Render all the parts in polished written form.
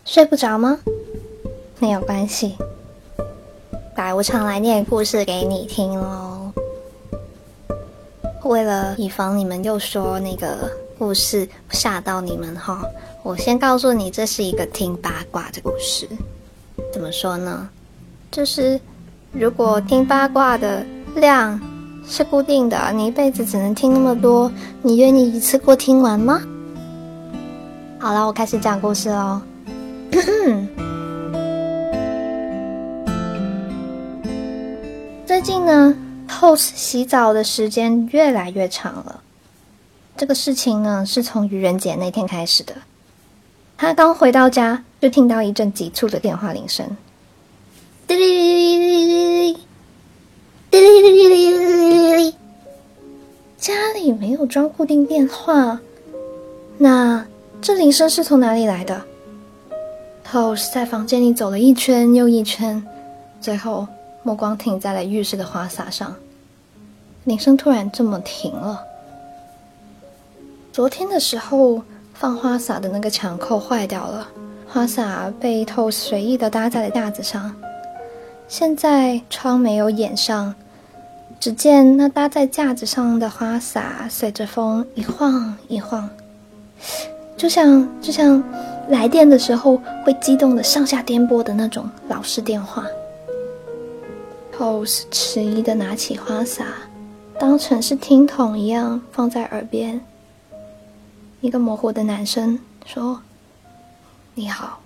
睡不着吗？没有关系，白无常来念故事给你听咯。为了以防你们又说那个故事吓到你们哈，我先告诉你，这是一个听八卦的故事。怎么说呢？就是如果听八卦的量是固定的，你一辈子只能听那么多，你愿意一次过听完吗？好了，我开始讲故事咯。最近呢，Toast 洗澡的时间越来越长了。这个事情呢，是从愚人节那天开始的。他刚回到家，就听到一阵急促的电话铃声，滴哩哩哩哩滴哩哩哩哩哩。家里没有装固定电话，那这铃声是从哪里来的？Toast 在房间里走了一圈又一圈，最后目光停在了浴室的花洒上。铃声突然这么停了。昨天的时候放花洒的那个墙扣坏掉了，花洒被 Toast 随意的搭在了架子上。现在窗没有掩上，只见那搭在架子上的花洒随着风一晃一晃，就像来电的时候会激动的上下颠簸的那种老式电话。Toast 迟疑的拿起花洒，当成是听筒一样放在耳边。一个模糊的男声说：“你好。”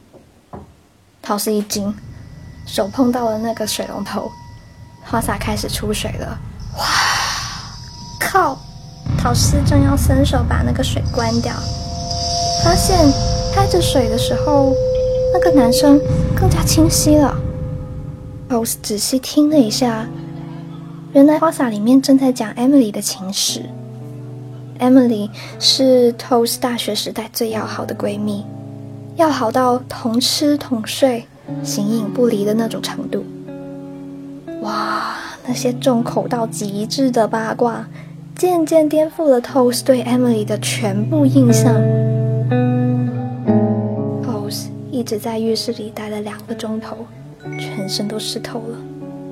Toast 一惊，手碰到了那个水龙头，花洒开始出水了。哇！靠！Toast正要伸手把那个水关掉，发现开着水的时候，那个男生更加清晰了。Toast 仔细听了一下，原来花洒里面正在讲 Emily 的情史。Emily 是 Toast 大学时代最要好的闺蜜，要好到同吃同睡、形影不离的那种程度。哇，那些重口到极致的八卦，渐渐颠覆了 Toast 对 Emily 的全部印象。Toast 一直在浴室里待了2个钟头，全身都湿透了。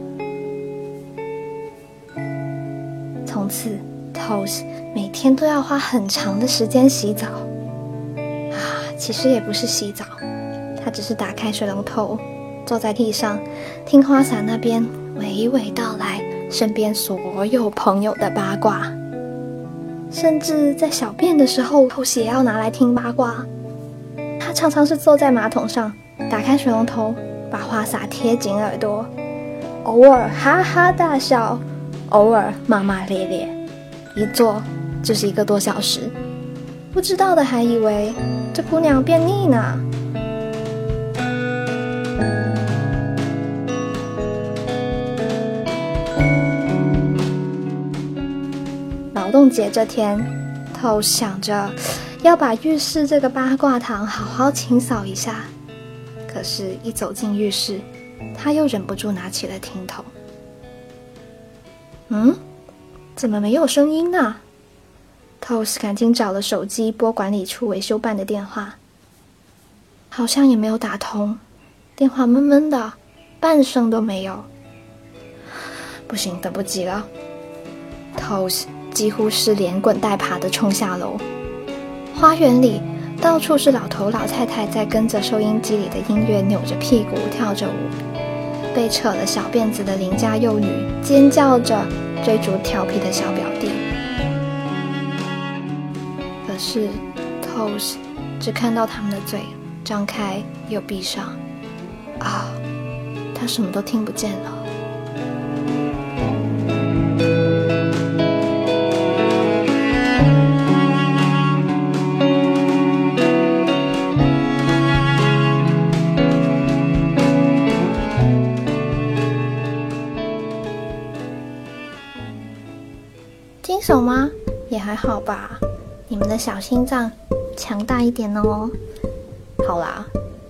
从此 Toast 每天都要花很长的时间洗澡。其实也不是洗澡，他只是打开水龙头，坐在地上，听花洒那边娓娓道来身边所有朋友的八卦。甚至在小便的时候，Toast也要拿来听八卦。他常常是坐在马桶上，打开水龙头，把花洒贴紧耳朵，偶尔哈哈大笑，偶尔骂骂咧咧，一坐就是1个多小时。不知道的还以为这姑娘便秘呢。劳动节这天， Toast 想着要把浴室这个八卦堂好好清扫一下，可是一走进浴室，他又忍不住拿起了听筒。怎么没有声音呢？Toast 赶紧找了手机拨管理处维修办的电话，好像也没有打通，电话闷闷的，半声都没有。不行，等不及了。Toast 几乎是连滚带爬的冲下楼。花园里到处是老头老太太在跟着收音机里的音乐扭着屁股跳着舞，被扯了小辫子的邻家幼女尖叫着追逐调皮的小表弟。可是 Toast 只看到他们的嘴张开又闭上，他什么都听不见了。惊悚吗？也还好吧，你们的小心脏强大一点哦。好啦，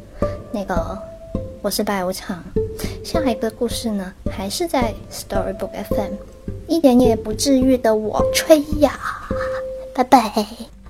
我是白无常。下一个故事呢，还是在 Storybook FM， 一点也不治愈的我吹呀，拜拜。